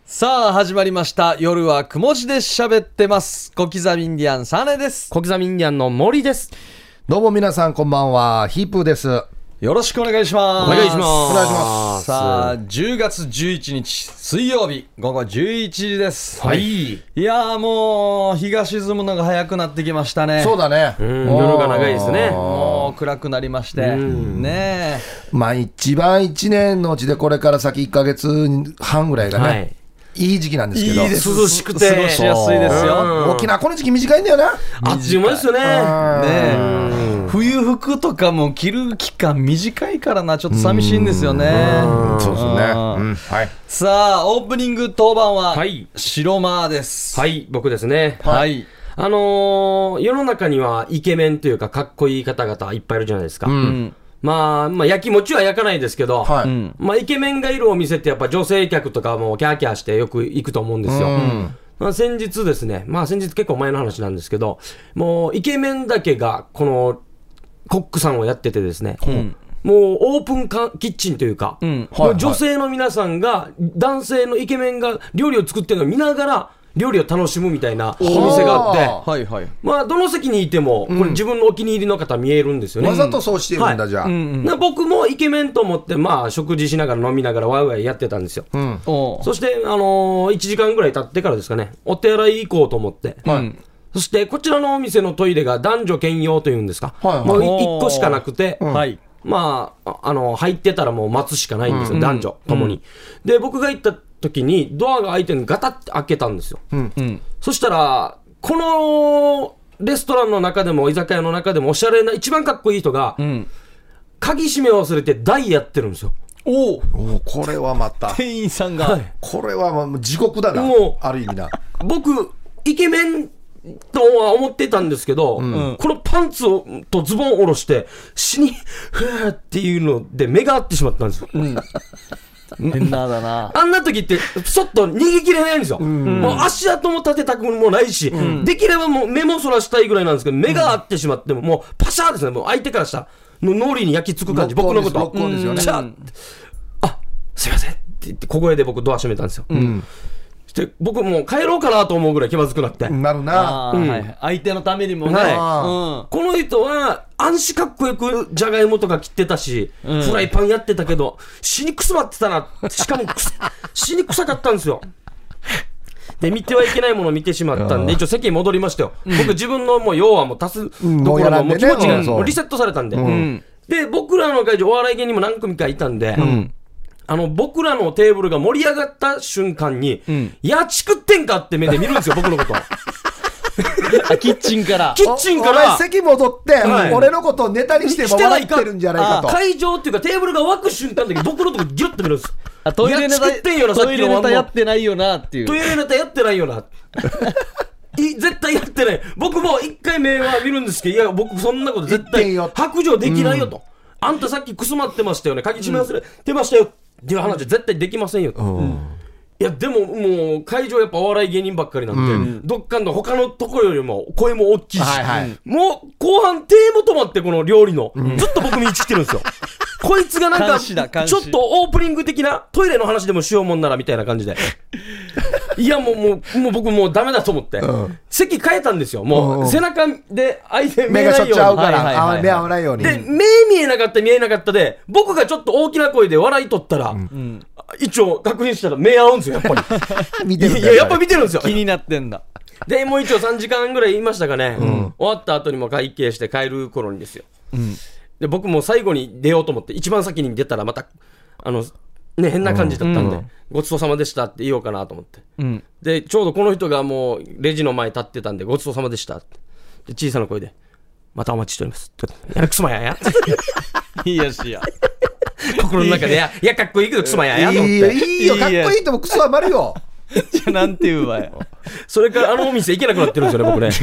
さあ始まりました。夜はくも字で喋ってます。小刻みインディアンサネです。 小刻みインディアンの森です。 どうも皆さんこんばんは、ヒープーです。 よろしくお願いします。 お願いします。 お願いします。 さあ10月11日水曜日午後11時です。 はい。 いやーもう日が沈むのが早くなってきましたね。 そうだね。 夜が長いですね。 もう暗くなりましてね。 まあ一番1年のうちでこれから先1ヶ月半ぐらいがね、 はい、 いい時期なんですけど、 いいです。 涼しくて過ごしやすいですよ。 沖縄この時期短いんだよな。 あっちゅう間ですよね。 ね冬服とかも着る期間短いからな、ちょっと寂しいんですよね。 そうですね。はい。 さあオープニング当番は、 はい、 白間です。 はい、僕ですね。 はい。 世の中にはイケメンというかかっこいい方々いっぱいいるじゃないですか。まあ焼きもちは焼かないですけど、 はい、 まあイケメンがいるお店ってやっぱ女性客とかもキャーキャーしてよく行くと思うんですよ。まあ、先日ですね、まあ先日結構前の話なんですけど、もうイケメンだけがこのコックさんをやっててですね、もうオープンキッチンというか、もう女性の皆さんが男性のイケメンが料理を作ってるのを見ながら料理を楽しむみたいなお店があって、 はいはい、 まあどの席にいてもこれ自分のお気に入りの方見えるんですよね。 わざとそうしてるんだ、じゃあ、 僕もイケメンと思ってまあ食事しながら飲みながらワイワイやってたんですよ。そして1時間ぐらい経ってからですかね、お手洗い行こうと思って、そしてこちらのお店のトイレが男女兼用というんですか、もう1個しかなくて、まあ入ってたらもう待つしかないんですよ、男女ともに。で僕が行った時にドアが開いてるのガタって開けたんですよ。そしたらこのレストランの中でも居酒屋の中でもおしゃれな一番かっこいい人が、鍵閉め忘れて台やってるんですよ。 おこれはまた店員さんが、 これはもう地獄だな、 もうある意味な。 僕イケメンとは思ってたんですけど、このパンツをとズボンを下ろして死にふーっていうので目が合ってしまったんですよ。 変なだな。 あんな時ってちょっと逃げきれないんですよ。もう足跡も立てたくもないし、できればもう目もそらしたいぐらいなんですけど、目が合ってしまってもうパシャーですね。もう相手からしたの脳裏に焼き付く感じ、僕のこと。 ロックオンですよね。 あ、すいませんって言って小声で僕ドア閉めたんですよ。して僕もう帰ろうかなと思うぐらい気まずくなって。 なるな、 相手のためにもね、 この人は安心かっこよくじゃがいもとか切ってたし、フライパンやってたけど死にくすまってたな。しかも死に臭かったんですよ。で見てはいけないものを見てしまったんで一応席に戻りましたよ。僕自分のもう要はもう足すどころのもう気持ちがもうリセットされたんで、で僕らの会場お笑い芸人も何組かいたんで、僕らのテーブルが盛り上がった瞬間に、やちくってんかって目で見るんですよ、僕のこと。 キッチンからお前席戻って、俺のことをネタにしても笑ってるんじゃないかと。 会場っていうかテーブルが湧く瞬間だけ僕のとこギュッと見るんです。 トイレネタやってないよなっていう。 トイレネタやってないよな。絶対やってない。僕も一回目は見るんですけど、いや僕そんなこと絶対白状できないよと。あんたさっきくすまってましたよね、鍵閉め忘れてましたよっていう話は絶対できませんよ。いやでももう会場やっぱお笑い芸人ばっかりなんで、どっかの他のところよりも声も大きいし、もう後半手も止まってこの料理の、ずっと僕見ちってるんですよ。こいつがなんかちょっとオープニング的なトイレの話でもしようもんならみたいな感じで、いやもう僕もうダメだと思って、席変えたんですよ。もう背中で相手見えないように、 目がしょっちゅう合うから目合わないように。 で目見えなかった見えなかったで僕がちょっと大きな声で笑い取ったら、一応確認したら目合うんですよやっぱり。 見てるんだ。 いややっぱ見てるんですよ。 気になってんだ。 でもう一応3時間ぐらい言いましたかね、終わった後にも会計して帰る頃にですよ、で僕も最後に出ようと思って一番先に出たらまた変な感じだったんで、ごちそうさまでしたって言おうかなと思って、でちょうどこの人がもうレジの前立ってたんでごちそうさまでしたってで小さな声でまたお待ちしておりますってくすまやいいやしや心の中でいやかっこいいけどくすまやと思って、 いいよかっこいいともクソはまるよ。 じゃあなんて言うわよ。 それからお店行けなくなってるんですよね僕ね。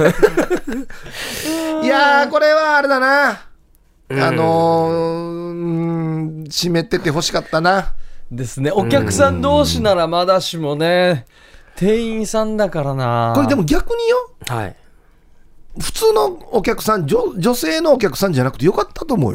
いやーこれはあれだな、閉めてて欲しかったなですね。お客さん同士ならまだしもね、店員さんだからな。 これでも逆によ、 はい、 普通のお客さん、女性のお客さんじゃなくてよかったと思うよ。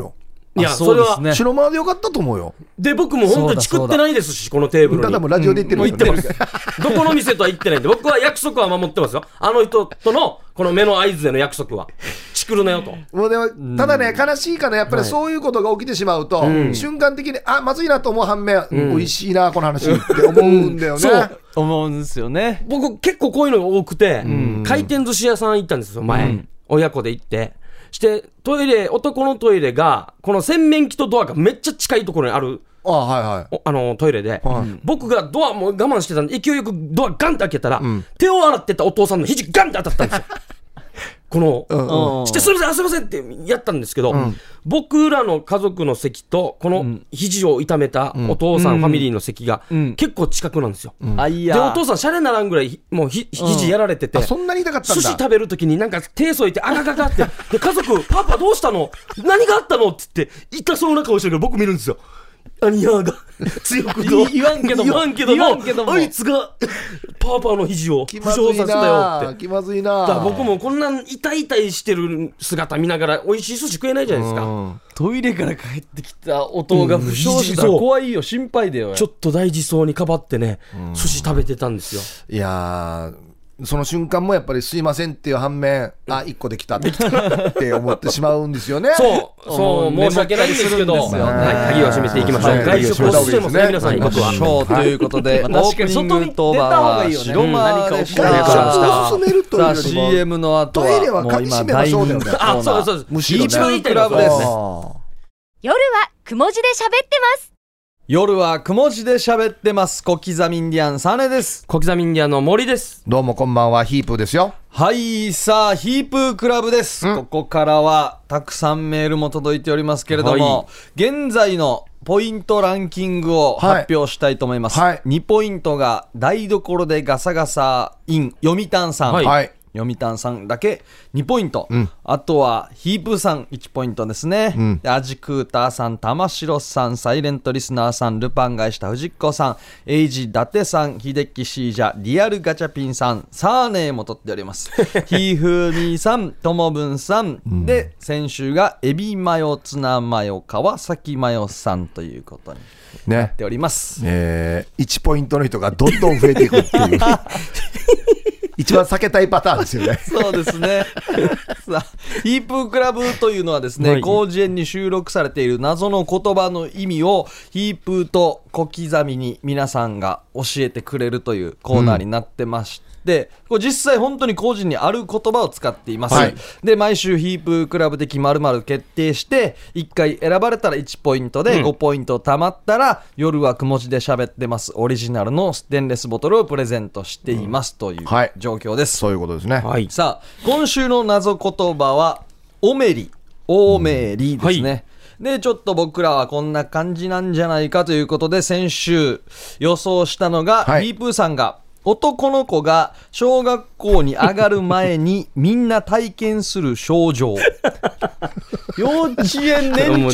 いや、 あそれは、 ね、 白間でよかったと思うよ。 で、僕も本当にチクってないですし、このテーブルに。 ただもうラジオで言ってるもう言ってます。どこの店とは言ってないんで、僕は約束は守ってますよ。あの人との、この目の合図での約束は。チクるなよと。 もうでもただね、悲しいかな、やっぱりそういうことが起きてしまうと、瞬間的にまずいなと思う反面、美味しいなこの話って思うんだよね。 そう思うんですよね。 僕結構こういうのが多くて、回転寿司屋さん行ったんですよ、前。親子で行って。してトイレ、男のトイレがこの洗面器とドアがめっちゃ近いところにある、 はいはい、 トイレで、僕がドアも我慢してたんで勢いよくドアガンって開けたら、手を洗ってたお父さんの肘ガンって当たったんですよ。この、してすいませんってやったんですけど、僕らの家族の席とこの肘を痛めたお父さん、ファミリーの席が結構近くなんですよ。でお父さんシャレならんぐらいもう肘やられてて、 そんなに痛かったんだ。 寿司食べるときになんか手添えてあがががって、で家族パパどうしたの、何があったのって言って痛そうな顔してるから僕見るんですよ。アニヤーが強く言わんけどもあいつがパーの肘を負傷させたよって。 気まずいな。 だから僕もこんな痛々してる姿見ながら美味しい寿司食えないじゃないですか。 トイレから帰ってきた音が負傷したら怖いよ、心配だよ。 ちょっと大事そうにかばってね、寿司食べてたんですよ。 いやー、その瞬間もやっぱりすいませんっていう反面、1個できたって思ってしまうんですよね。 そう申し訳ないんですけど、鍵を閉めていきましょう。外食をしてますね、皆さん。僕はということで、オープニング当番は白間でした。さあ CM の後はトイレは鍵閉めましょうだよね。 あ、そうです。 むしろね、 一番いいクラブですね。 夜はくも字で喋ってます。 夜はくも字で喋ってます。小刻みインディアンサネです。 小刻みインディアンの森です。 どうもこんばんは、ヒープーですよ。 はい、さあヒープークラブです、ここからはたくさんメールも届いておりますけれども、現在のポイントランキングを発表したいと思います、2ポイントが台所でガサガサイン読谷さん、読谷さんだけ2ポイント、あとはヒープーさん1ポイントですね、アジクーターさん、玉城さん、サイレントリスナーさん、ルパン返した藤子さん、エイジ伊達さん、秀樹シージャ、リアルガチャピンさん、サーネーも取っておりますヒーフーミーさん、ともぶんさん、で先週がエビマヨ、ツナマヨ、川崎マヨさんということになっております、 1ポイントの人がどんどん増えていくっていう一番避けたいパターンですよね。 そうですねさあヒープークラブというのはですね、広辞苑に収録されている謎の言葉の意味をヒープーと小刻みに皆さんが教えてくれるというコーナーになってまして、これ実際本当に広辞苑にある言葉を使っています、で毎週ヒープークラブ的〇〇決定して1回選ばれたら1ポイントで5ポイント貯まったら、夜はくも字で喋ってますオリジナルのステンレスボトルをプレゼントしていますという状況です、 そういうことですね、 さあ今週の謎言葉はオメリ、オーメリですね、でちょっと僕らはこんな感じなんじゃないかということで先週予想したのが、ヒープーさんが男の子が小学校に上がる前にみんな体験する症状幼稚園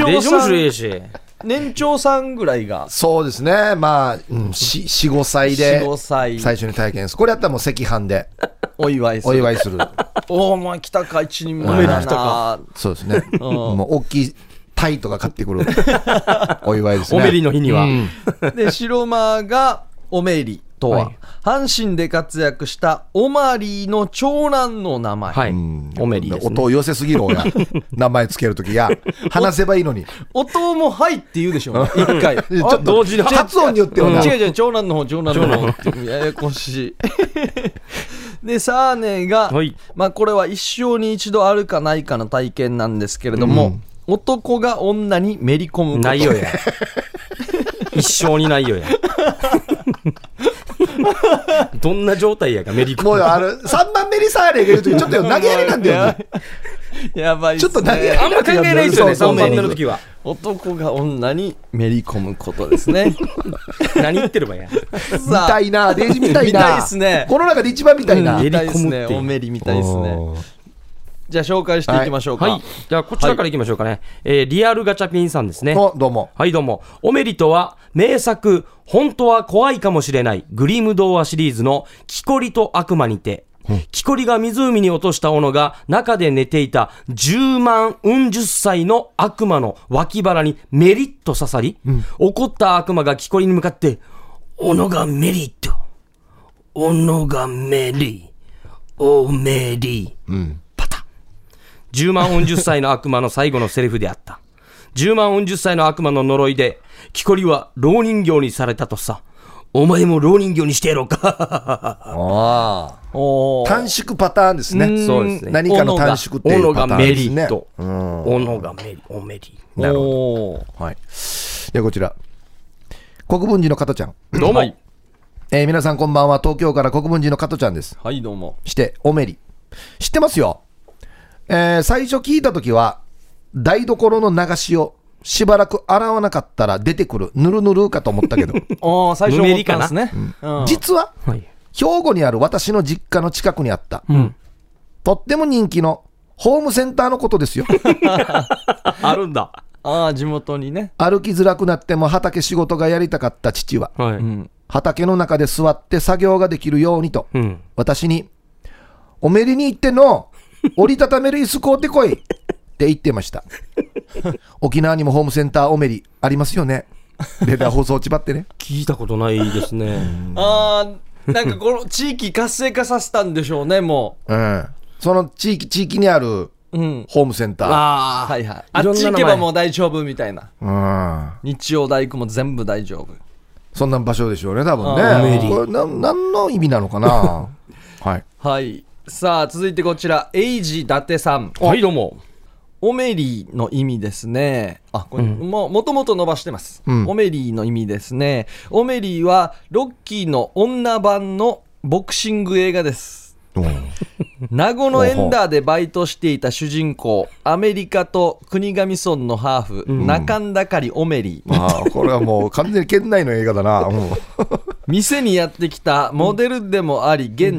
年長さんぐらいがそうですね、まあ、4、5歳で最初に体験する。これやったらもう赤飯でお祝いするお前来たか一人前だな。 そうですねもう大きいタイとか買ってくるお祝いですね、 おめりの日には、 で白間がおめりとは、阪神で活躍したオマリーの長男の名前、 おめりですね。 音を寄せすぎろや名前つけるときや話せばいいのに音もはいって言うでしょ一回ちょっと同時に発音によっては違う長男の方ってややこしいでサーネが、まあこれは一生に一度あるかないかの体験なんですけれども、男が女にめり込むことないよや一生にないよやどんな状態やかめり込む。 もう3番メリサーレがいるときちょっと投げやりなんだよねやばいっすね。 ちょっと投げやりあんま考えないですよね、3番目の時は。 男が女にめり込むことですね何言ってるばや見たいな、デージ見たいな、 見たいっすね。 この中で一番見たいな、 見たいですね、おめり見たいですね。じゃあ紹介していきましょうか。 じゃあこちらからいきましょうかね、リアルガチャピンさんですね。 どうも。 はいどうも。おめりとは名作本当は怖いかもしれないグリム童話シリーズの木こりと悪魔にて木こりが湖に落とした斧が中で寝ていた10万うん十歳の悪魔の脇腹にメリッと刺さり、怒った悪魔が木こりに向かって、斧がメリット、斧がメリ、おメリ、パタ。10万うん十歳の悪魔の最後のセリフであった。10万うん十歳の悪魔の呪いで、木こりは老人形にされたとさ。お前も老人形にしてやろうか。 短縮パターンですね。 そうですね。 何かの短縮っていうパターンですね。 斧がメリ、おメリ。 なるほど。はい。ではこちら。国分寺の加トちゃん。 どうも。 皆さんこんばんは。東京から国分寺の加トちゃんです。 はい、どうも。 しておメリ。知ってますよ。最初聞いたときは台所の流しをしばらく洗わなかったら出てくるぬるぬるかと思ったけど最初思ったんですね。 実は、兵庫にある私の実家の近くにあった、とっても人気のホームセンターのことですよ。 あるんだ。 地元にね。 歩きづらくなっても畑仕事がやりたかった父は、畑の中で座って作業ができるようにと、私におめりに行っての折りたためる椅子買うてこいって言ってました。沖縄にもホームセンターおめりありますよね。レーダー放送ちばってね。 聞いたことないですね。 なんかこの地域活性化させたんでしょうね、もう。 その地域にあるホームセンター。 はいはい。あっち行けばもう大丈夫みたいな。日曜大工も全部大丈夫。 そんな場所でしょうね、多分ね。これ何の意味なのかな。はい。 はい。さあ続いてこちら、エイジ伊達さん。 はい、どうも。 オメリーの意味ですね。これもともと伸ばしてます、オメリーの意味ですね。オメリーはロッキーの女版のボクシング映画です。名護のエンダーでバイトしていた主人公、アメリカと国頭村のハーフ、中んだかりオメリー。 これはもう完全に県内の映画だな。 店にやってきたモデルでもあり、現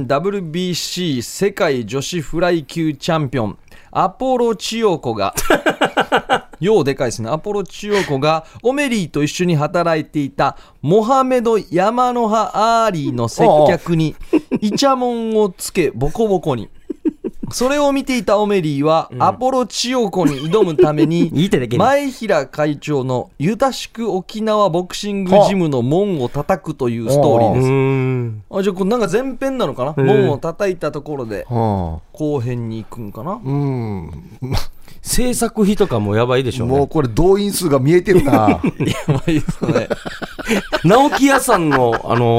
WBC 世界女子フライ級チャンピオンアポロ千代子がようでかいですね。アポロ千代子がオメリーと一緒に働いていたモハメド・ヤマノハ・アーリーの接客にイチャモンをつけボコボコに。それを見ていたオメリーは、アポロ千代子に挑むために前平会長のユタシク沖縄ボクシングジムの門を叩くというストーリーです。じゃあこれなんか前編なのかな。門を叩いたところで後編に行くんかな。 制作費とかもやばいでしょうね。 もうこれ動員数が見えてるな。 やばいですね。 直木屋さんの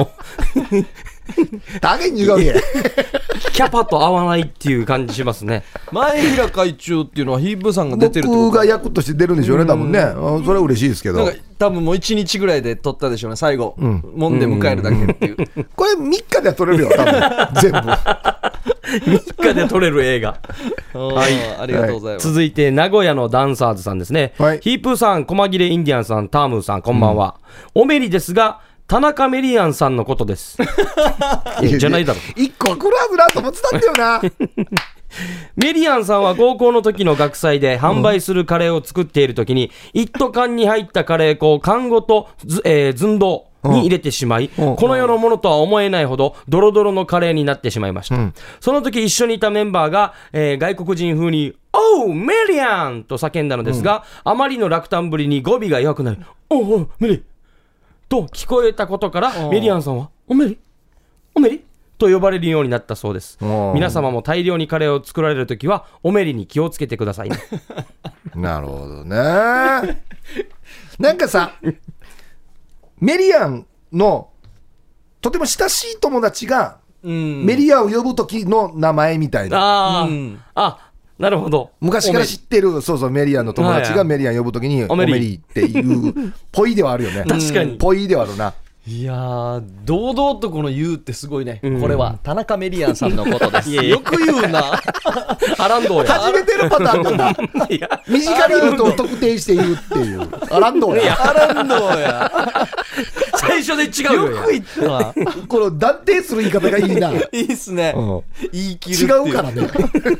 だけに違うね。 キャパと合わないっていう感じしますね。 前平会長っていうのはヒープーさんが出てるってこと。 僕が役として出るんでしょうね、多分ね。それは嬉しいですけど。 なんか多分もう1日ぐらいで撮ったでしょうね、最後。もんで迎えるだけっていう。 これ3日では撮れるよ、多分全部。 3日で撮れる映画。 はい、ありがとうございます。 続いて名古屋のダンサーズさんですね。ヒープーさん、細切れインディアンさん、タームーさん、こんばんは。おめりですが田中メリアンさんのことです。じゃないだろ。 一個クラブだと思ってたんだよな。 メリアンさんは高校の時の学祭で販売するカレーを作っている時に、一斗缶に入ったカレー粉を缶ごと寸胴に入れてしまい、この世のものとは思えないほどドロドロのカレーになってしまいました。その時一緒にいたメンバーが、外国人風におうメリアンと叫んだのですが、あまりの落胆ぶりに語尾が弱くなり、おうメリと聞こえたことから、メリアンさんはおめりおめりと呼ばれるようになったそうです。皆様も大量にカレーを作られるときはおめりに気をつけてくださいね。 なるほどね。なんかさ、メリアンのとても親しい友達がメリアンを呼ぶときの名前みたいな。 なるほど。 昔から知ってる、そうそう、メリアンの友達がメリアン呼ぶときにおめりっていうぽいではあるよね。 確かにぽいではあるな。 いやー、堂々とこの言うってすごいね。これは田中メリアンさんのことです。よく言うな。 アランドーや。 初めてのパターンなんだ。身近にいると特定して言うっていう。アランドーや。 アランドーや。 最初で違うよ。 よく言ったな。 この断定する言い方がいいな。 いいっすね。言い切るっていう。 違うからね。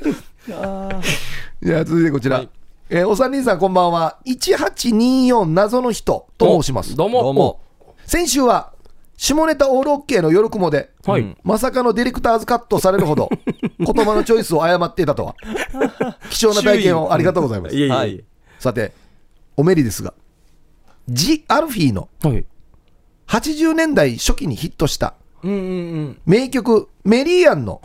いや、続いてこちら。お三人さんこんばんは。1824謎の人と申します。 どうも。 先週は下ネタオールオッケーの夜雲で、 はい、 まさかのディレクターズカットされるほど言葉のチョイスを誤っていたとは。貴重な体験をありがとうございます。 はい、 さておめりですが、ジ・アルフィーの80年代初期にヒットした名曲メリーアンの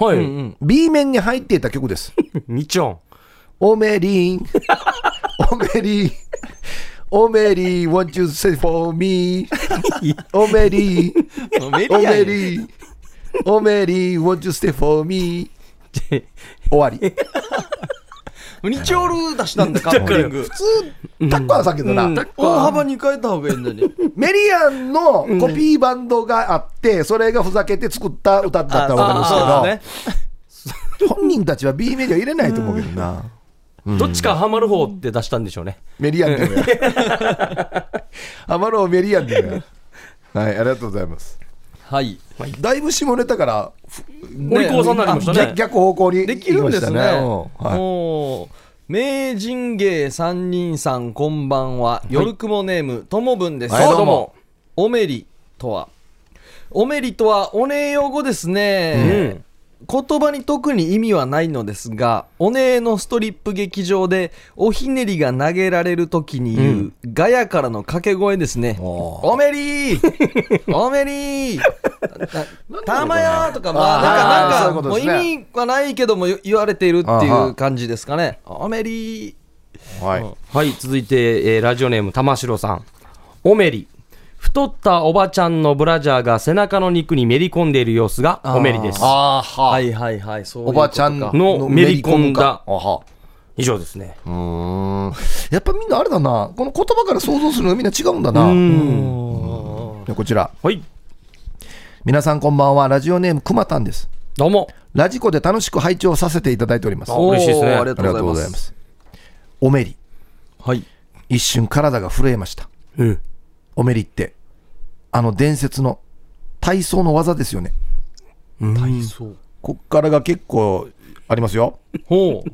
B 面に入っていた曲です。 みちょんおめりんおめりんおめり won't you say for me おめりおめりおめり won't you stay for me 終わり。 ニチョール出したんだカップリング。 普通タッコはさけどな、 大幅に変えた方がいいのに。 メリアンのコピーバンドがあってそれがふざけて作った歌だったら分かるんですけど、本人たちは B メディア入れないと思うけどな。 どっちかハマる方って出したんでしょうね。 メリアンでもやハマる方メリアンでもや。はい、ありがとうございます。 はい、 だいぶ下ネタからお利口さんになりましたね。 逆方向にできるんですね。 はい、 名人芸三人さんこんばんは。夜雲ネームともぶんです。 どうも。 おめりとはお姉用語ですね。言葉に特に意味はないのですが、お姉のストリップ劇場でおひねりが投げられるときに言う、ガヤからの掛け声ですね。おめりーおめりーたまやーとか、なんかもう意味はないけども言われているっていう感じですかね。おめりー。はい、続いて、ラジオネーム玉城さん。おめり、太ったおばちゃんのブラジャーが背中の肉にめり込んでいる様子がおめりです。 はいはいはい、そういうことか。 おばちゃんのめり込んだ。以上ですね。 やっぱみんなあれだな、この言葉から想像するのがみんな違うんだな。こちら、 はい、 皆さんこんばんは。ラジオネームくまたんです。 どうも。 ラジコで楽しく拝聴させていただいております。 嬉しいですね。 ありがとうございます。 おめり、 はい、 一瞬体が震えました。おめりって伝説の体操の技ですよね。 体操、 こっからが結構ありますよ。 ほう。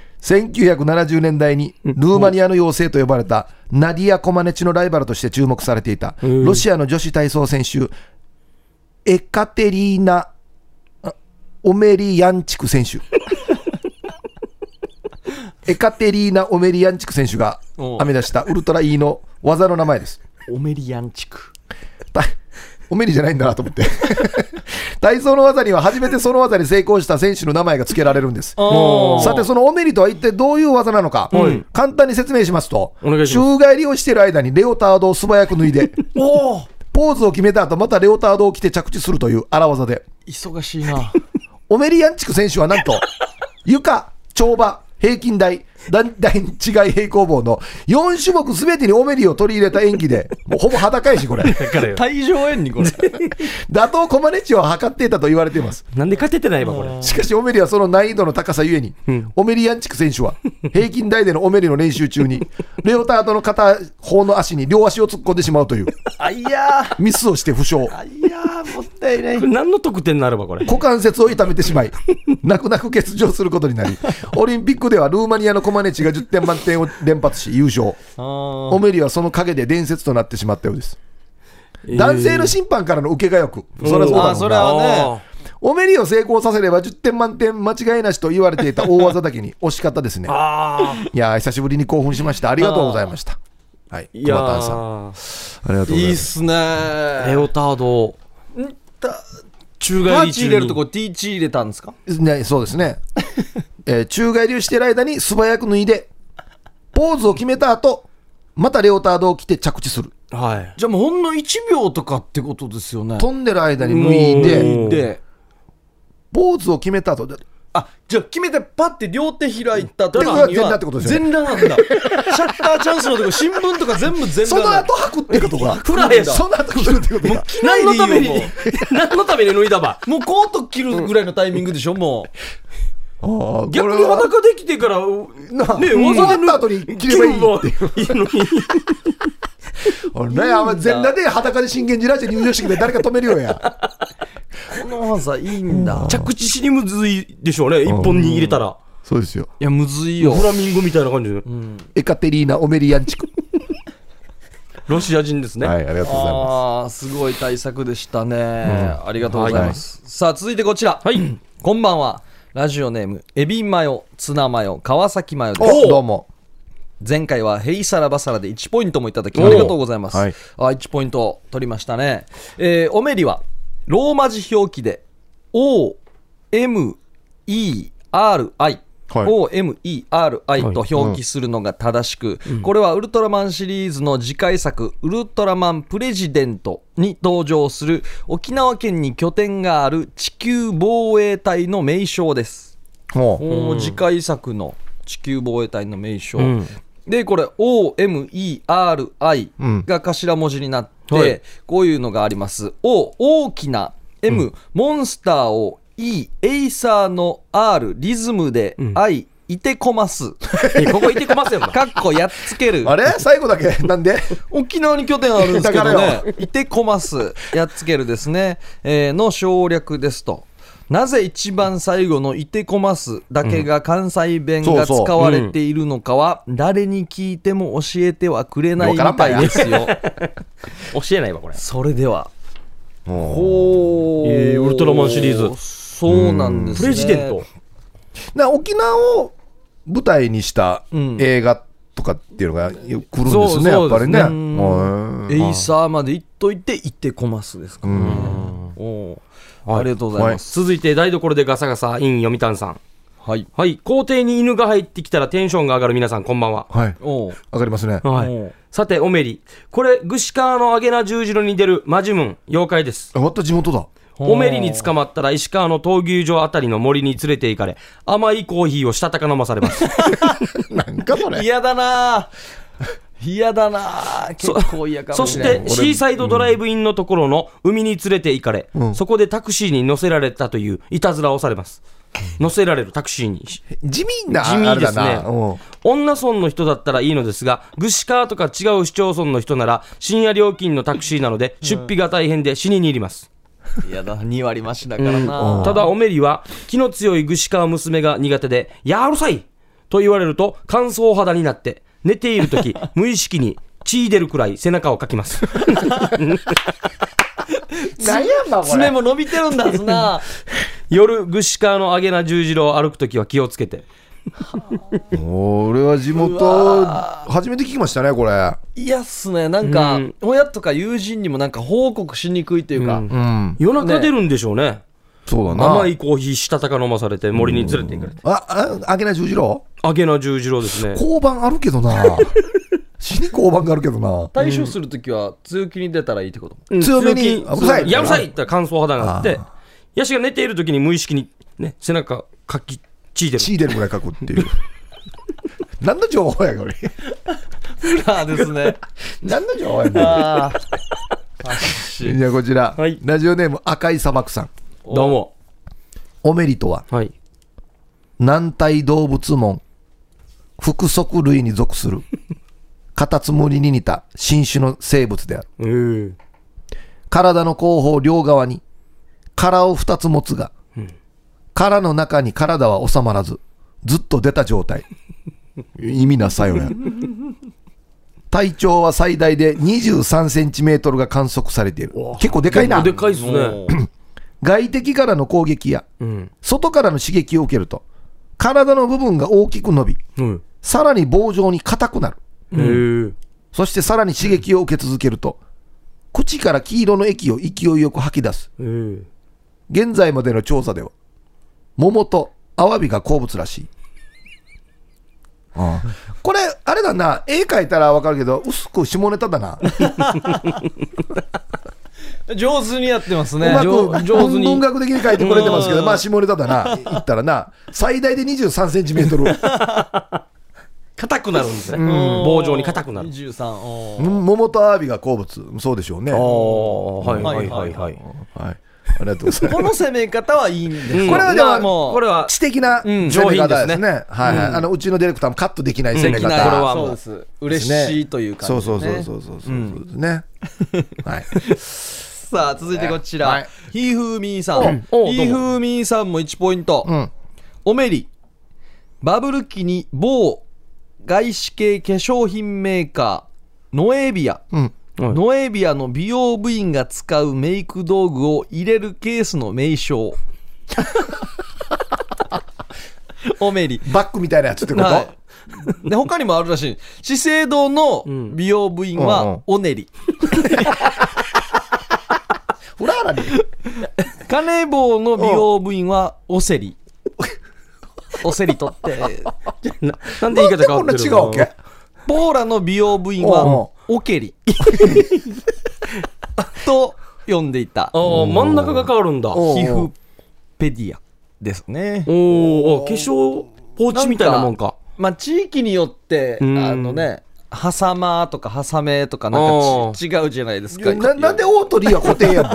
1970年代にルーマニアの妖精と呼ばれたナディア・コマネチのライバルとして注目されていたロシアの女子体操選手エカテリーナ・オメリヤンチク選手エカテリーナ・オメリヤンチク選手が編み出したウルトラ E の技の名前です。 オメリヤンチク、 おめりじゃないんだなと思って体操の技には初めてその技に成功した選手の名前が付けられるんです。さてそのおめりとは一体どういう技なのか、簡単に説明しますと、宙返りをしている間にレオタードを素早く脱いでポーズを決めた後またレオタードを着て着地するという荒技で、 忙しいなオメリヤンチク選手はなんと床、跳馬、平均台、団体違い平行棒の4種目すべてにオメリを取り入れた演技で、もうほぼ裸やしこれ退場演にこれ打倒コマネチを測っていたと言われています。 なんで勝ててないわこれ。 しかしオメリはその難易度の高さゆえに、オメリヤンチク選手は平均台でのオメリの練習中にレオタードの片方の足に両足を突っ込んでしまうというミスをして負傷。 もったいない。 何の得点になるわこれ。 股関節を痛めてしまい泣く泣く欠場することになり、オリンピックではルーマニアのコマネチが10点満点を連発し優勝。オメリはその陰で伝説となってしまったようです。男性の審判からの受けがよく、それはそうだろうな。 それはね、 オメリを成功させれば10点満点間違いなしと言われていた大技だけに惜しかったですね。いや久しぶりに興奮しました。ありがとうございました。はい、熊谷さんありがとうございます。 いいっすね。 レオタード宙返り中に入れるとこ T チ入れたんですかね。そうですね宙返りをしている間に素早く脱いでポーズを決めた後またレオタードを着て着地する。 はい、じゃあもうほんの1秒とかってことですよね。 飛んでる間に脱いでポーズを決めた後で、 じゃあ決めてパッて両手開いた時には全裸ってことですよね。 全裸なんだシャッターチャンスのとこ新聞とか全部全裸。 その後履くってことか。 フライその後着るってことか。 何のために何のために脱いだば。 もうコート着るぐらいのタイミングでしょもう。 逆に裸できてからね技でった後に着ればいいっていうのに全裸で裸で信玄寺ラジオ入場式で誰か止めるよやこの技いいんだ。 着地しにむずいでしょうね。一本に入れたら。 そうですよ。 いやむずいよ。 フラミンゴみたいな感じで、 エカテリーナ・オメリヤンチクロシア人ですね。 はい、ありがとうございますごい対策でしたね、ありがとうございます、さあ続いてこちら、こんばんは。ラジオネームエビマヨツナマヨ川崎マヨです。 どうも。 前回はヘイサラバサラで1ポイントもいただきありがとうございます、1ポイント取りましたね。おめりはローマ字表記で OMERI、OMERI と表記するのが正しく、これはウルトラマンシリーズの次回作ウルトラマンプレジデントに登場する沖縄県に拠点がある地球防衛隊の名称です。次回作の地球防衛隊の名称、でこれ OMERI が頭文字になって、こういうのがあります。 O 大きな M、モンスターを E エイサーの R リズムで I、いてこますここいてこますよかっこやっつける。 あれ最後だけなんで沖縄に拠点あるんですけどねいてこますやっつけるですね、の省略ですと。なぜ一番最後のいてこますだけが関西弁が使われているのかは誰に聞いても教えてはくれないみたいですよ教えないわこれ。 それではウルトラマンシリーズ、 そうなんですね、 プレジデント沖縄を舞台にした映画とかっていうのが来るんですね、やっぱりね。 エイサーまで行っといていてこますですからね。ありがとうございます、 続いて台所でガサガサイン読谷さん。はい、校庭に犬が入ってきたらテンションが上がる皆さんこんばんは。 上がりますね。 さておめり、これ串川のアゲナ十字路に出るマジムン妖怪です。 また地元だ。 おめりに捕まったら石川の闘牛場あたりの森に連れて行かれ甘いコーヒーをしたたか飲まされますなんかそれ嫌だな嫌だな、結構嫌かもしれない。 そしてシーサイドドライブインのところの海に連れて行かれ、そこでタクシーに乗せられたといういたずらをされます。乗せられるタクシーに地味な地味ですね。女村の人だったらいいのですが串川とか違う市町村の人なら深夜料金のタクシーなので出費が大変で死にに入ります。 いやだ、2割増しだからな、 ただおめりは気の強い串川娘が苦手でやるさいと言われると乾燥肌になって寝ているとき無意識に血出るくらい背中をかきます何やんばこれ。 爪も伸びてるんだすな夜串川のアゲナ十字路を歩くときは気をつけて俺は地元初めて聞きましたねこれ。 いやっすね、なんか、親とか友人にもなんか報告しにくいというか、 夜中出るんでしょうね。 そうだな。 甘いコーヒーしたたか飲まされて森に連れて行かれて。 アゲナ十字路。 アゲナ十字路ですね。 交番あるけどな死に交番があるけどな。 対処するときは強気に出たらいいってこと、 強めにやるさいって乾燥肌があってヤシが寝ているときに無意識にね背中かき血出るぐらいかくっていう何の情報やこれですね何の情報やじゃあこちら、ラジオネーム赤い砂漠さん。 どうも。 オメリとは、軟体動物門腹足類に属するカタツムリに似た新種の生物である。体の後方両側に殻を2つ持つが、殻の中に体は収まらずずっと出た状態意味なさよや体長は最大で23センチメートルが観測されている。結構でかいな。 でかいですね外敵からの攻撃や、外からの刺激を受けると体の部分が大きく伸び、さらに棒状に硬くなる、そしてさらに刺激を受け続けると口から黄色の液を勢いよく吐き出す。現在までの調査では桃とアワビが好物らしい。これあれだな、絵描いたら分かるけど薄く下ネタだな上手にやってますね。 うまく上手に文学的に描いてくれてますけど、まあ下ネタだな言ったらな。最大で23センチメートル硬くなるんですね。棒状に硬くなる。 23。 桃とアワビが好物。そうでしょうね。ありがとうございます。 この攻め方はいいんです。 これはでもこれは知的な攻め方ですね。うちのディレクターもカットできない攻め方。 これはそうです。嬉しいという感じですね。 そうですね。はい。 さあ続いてこちら、ひふみーさん。ひふみーさんも1ポイント。おめりバブル期に某外資系化粧品メーカーノエビアノエビアの美容部員が使うメイク道具を入れるケースの名称オメリバッグみたいなやつってこと、はいで他にもあるらしい。資生堂の美容部員はオネリ、 フラーラにカネボウの美容部員はオセリオセリとってなんで言い方変わってるの。 なんでこんな違うわけ。 ポーラの美容部員はオケリと呼んでいた。 真ん中が変わるんだ。 皮膚ペディアですね。 化粧ポーチみたいなもんか。 まあ地域によってハサマとかハサメとかなんか違うじゃないですか。 なんでオートリーは固定や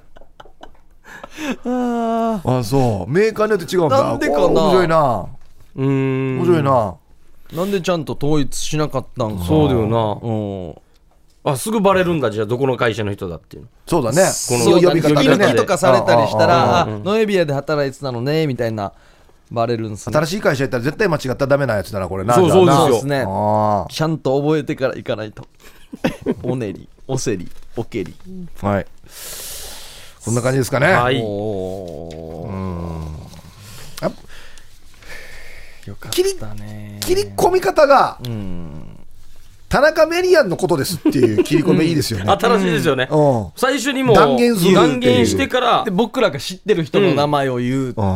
のあ、そうメーカーによって違うんだ。 なんでかな。 面白いな。面白いな。 なんでちゃんと統一しなかったんか。 そうだよな。すぐバレるんだ。じゃあどこの会社の人だっていう。 そうだね。 この呼び方でね。とかされたりしたらノエビアで働いてたのねみたいなバレるんですね。 新しい会社行ったら絶対間違ったらダメなやつだなこれな。 そうですね。ちゃんと覚えてから行かないと。オネリ、オセリ、オケリ。 はい。こんな感じですかね。 はい。 よかったね。 切り込み方が田中メリアンのことですっていう切り込みいいですよね。 新しいですよね。最初にもう断言してからで僕らが知ってる人の名前を言うっていう、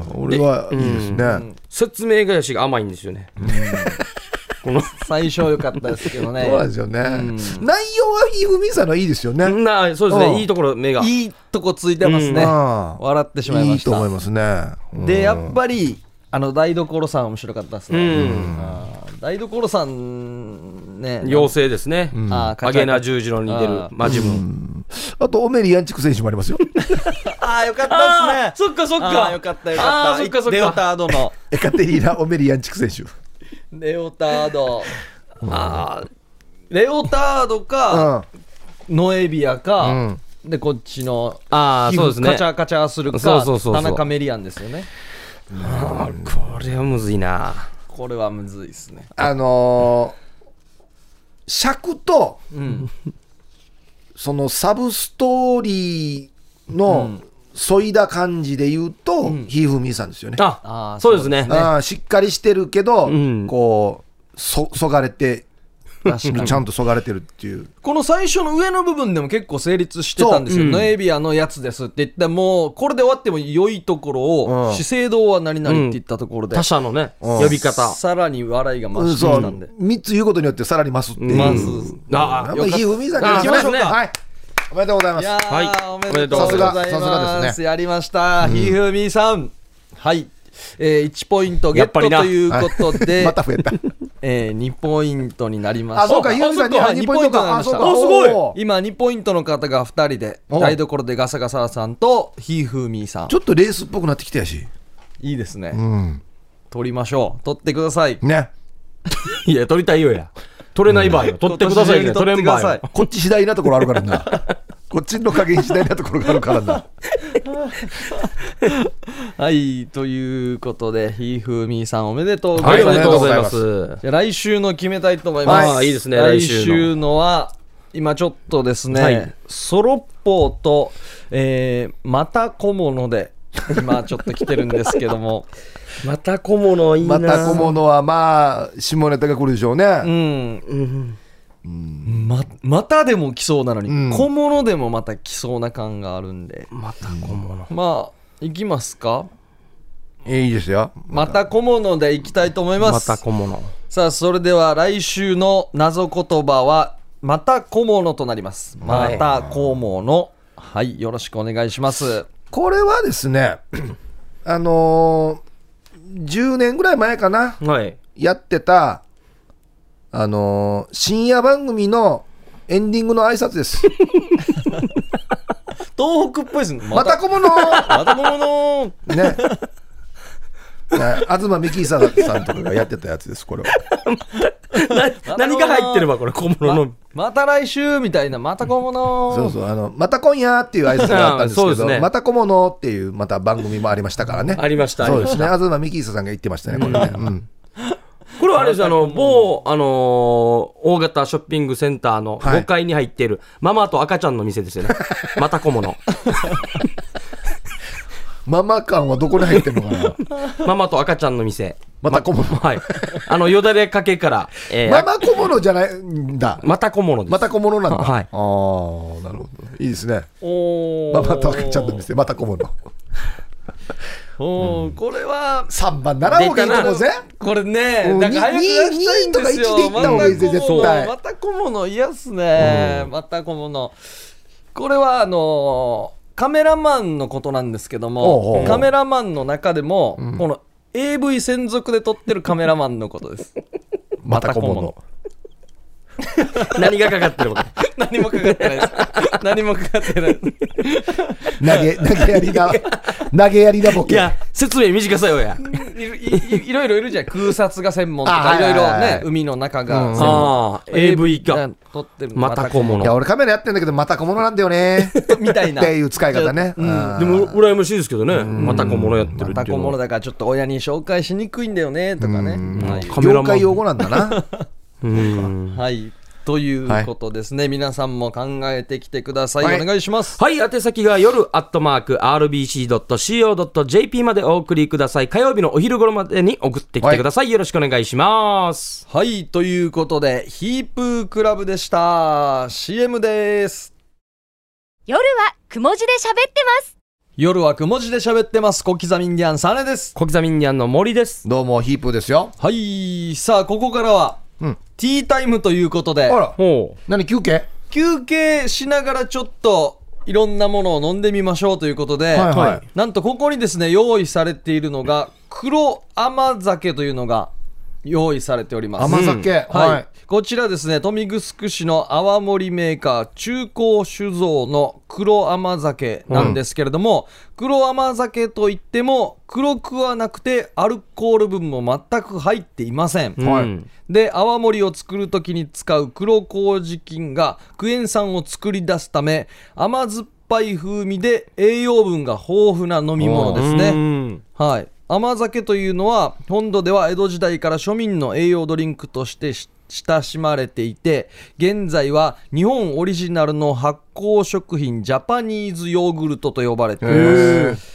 俺はいいですね。 説明返しが甘いんですよね。 この最初良かったですけどね。 そうですよね。内容はひふみさんのいいですよね。 そうですね。いいところ目がいいとこついてますね。笑ってしまいました。 いいと思いますね。 でやっぱり台所さん面白かったですね。台所さんね、 妖精ですね。アゲナ十字路に出るマジム。 あとオメリヤンチク選手もありますよ。 よかったですね。 そっかそっか。 よかったよかった。レオタードのエカテリーナ・オメリヤンチク選手。 レオタード。レオタードかノエビアかでこっちの皮膚カチャカチャするか田中メリアンですよね。 これはむずいな。 これはむずいですね。 尺とそのサブストーリーの添いだ感じで言うとひふみさんですよね。 そうですね。 しっかりしてるけどこうそがれてちゃんとそがれてるっていう。 この最初の上の部分でも結構成立してたんですよ。ノエビアのやつですって言ってもこれで終わっても良いところを資生堂は何々って言ったところで他社のね呼び方さらに笑いが増してきたんで 3つ言うことによってさらに増すっていう。ひふみさん行きましょうか。 はい、おめでとうございます。 おめでとうございます。 さすがですね。 やりましたひふみさん。はい、1ポイントゲットということでまた増えた。 2ポイントになりました。 そうか、ひふみさんに2ポイントになりました。 すごい。今2ポイントの方が2人で台所でガサガサさんとひふみさん。 ちょっとレースっぽくなってきたやしいいですね。取りましょう。取ってくださいね。 いや取りたいよや。取れない場合は取ってくださいね。取れん場合はこっち次第なところあるからな。こっちの加減次第なところがあるからな。 はい、ということでひふみさんおめでとうございます。 おめでとうございます。 じゃあ来週の決めたいと思います。 いいですね。 来週のは今ちょっとですね、ソロッポーと、また小物で今ちょっと来てるんですけどもまた小物いいな。 また小物はまあ下ネタが来るでしょうね。 またでも来そうなのに、小物でもまた来そうな感があるんで、 また小物、 まあいきますか。 いいですよ。 また小物でいきたいと思います。 また小物。 さあそれでは来週の謎言葉はまた小物となります。また小物、はい、よろしくお願いします。 これはですね10年ぐらい前かな、やってた深夜番組のエンディングの挨拶です。 東北っぽいですね。 また小物また小物ね。東幹久さんとかがやってたやつです。これは何が入ってればこれ小物のまた来週みたいな。また小物。 そうそうまた今夜っていう挨拶があったんですけど、また小物っていうまた番組もありましたからね。 ありました。 そうですね。東幹久さんが言ってましたね。これね。 これはあれです、某、大型ショッピングセンターの5階に入っている、ママと赤ちゃんの店ですよね。また小物。 ママ感はどこに入ってるのかな。 ママと赤ちゃんの店。 また小物。 はい。よだれかけから。 ママ小物じゃないんだ。 また小物です。 また小物なんだ。 はい。 ああ、なるほど。いいですね。ママと赤ちゃんの店、また小物。 これは 3番習う方がいいと思うぜ。 これね、だから早く出したいんですよ。 2とか1でいった方がいいぜ、絶対。 また小物嫌っすね。また小物。これはカメラマンのことなんですけども、カメラマンの中でも、この AV 専属で撮ってるカメラマンのことです。 また小物。 何がかかってるのか。 何もかかってないです。何もかかってない。 投げやりだボケ。 いや、説明短さよや。 いろいろいるじゃん。空撮が専門とか、いろいろね、海の中が専門。 AV が撮ってる。 また小物。 いや、俺カメラやってんだけど、また小物なんだよね。 みたいな。 っていう使い方ね。 でも、羨ましいですけどね。また小物やってるっていう。 また小物だから、ちょっと親に紹介しにくいんだよね、とかね。 業界用語なんだな。 はい。ということですね、皆さんも考えてきてください、お願いします。 はい、宛先が夜@rbc.co.jp までお送りください。火曜日のお昼頃までに送ってきてください、よろしくお願いします。 はい、ということでヒープークラブでした。 CM です。 夜はくも字で喋ってます。 夜はくも字で喋ってます。小刻みインディアンサネです。 小刻みインディアンの森です。 どうもヒープーですよ。 はい、さあここからはティータイムということで、 あら、何休憩しながらちょっといろんなものを飲んでみましょうということで、なんとここにですね用意されているのが黒甘酒というのが用意されております。 甘酒、 こちらですね、豊見城市の泡盛メーカー中高酒造の黒甘酒なんですけれども、黒甘酒といっても黒くはなくてアルコール分も全く入っていません。で、泡盛を作るときに使う黒麹菌がクエン酸を作り出すため、甘酸っぱい風味で栄養分が豊富な飲み物ですね。はい。甘酒というのは本土では江戸時代から庶民の栄養ドリンクとして親しまれていて、現在は日本オリジナルの発酵食品ジャパニーズヨーグルトと呼ばれています。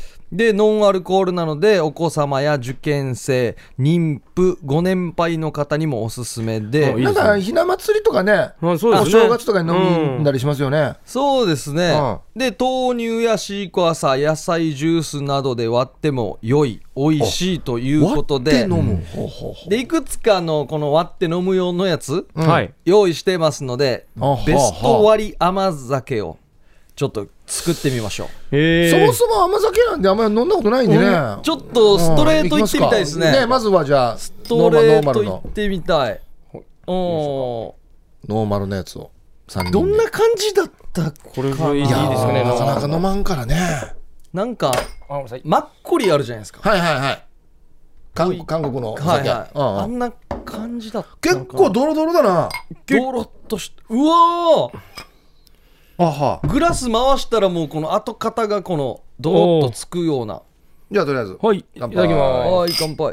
で、ノンアルコールなのでお子様や受験生、妊婦、ご年配の方にもおすすめで、 なんかひな祭りとかね、お正月とかに飲んだりしますよね。 そうですね。で、豆乳やシークワーサー、野菜ジュースなどで割っても良い、美味しいということで、でいくつかのこの割って飲む用のやつ、用意してますので、ベスト割り甘酒をちょっと作ってみましょう。 そもそも甘酒なんであんまり飲んだことないんでね、 ちょっとストレートいってみたいですね。 まずはじゃあストレートいってみたい。 ノーマルのやつを3人で。 どんな感じだったこれがいいですかね。 なかなか飲まんからね。 なんかマッコリあるじゃないですか。韓国の酒、あんな感じだった。 結構ドロドロだな。 ドロっとして、うわー、グラス回したらもうこの後肩がこのドロッとつくような。 じゃあとりあえず、 はい、いただきます。 はい、乾杯。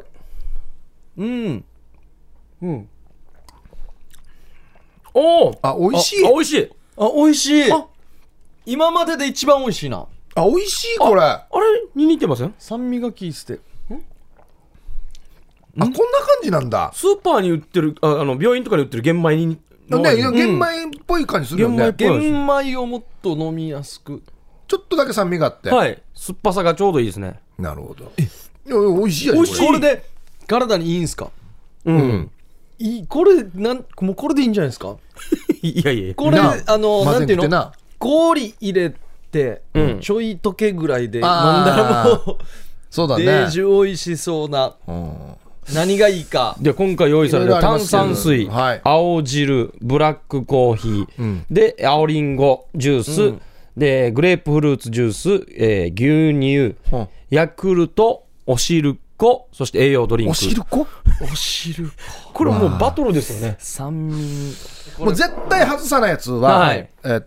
美味しい。 美味しい。 美味しい。今までで一番美味しいな。 美味しいこれ。 あれに似てません？ 酸味が効いてて。 こんな感じなんだ。 スーパーに売ってる病院とかに売ってる玄米に玄米っぽい感じするよね。 玄米をもっと飲みやすく、 ちょっとだけ酸味があって、 はい、酸っぱさがちょうどいいですね。 なるほど。美味しいやつ。 これで体にいいんすか？これもうこれでいいんじゃないですか？ いやいや、 これなんていうの、氷入れてちょい溶けぐらいで飲んだらもうそうだね、 デージ美味しそうな。何がいいかで、今回用意された炭酸水、青汁、ブラックコーヒー、で青リンゴジュース、でグレープフルーツジュース、牛乳、ヤクルト、おしるこ、そして栄養ドリンク。 おしるここれもうバトルですよね。 酸味もう絶対外さないやつは、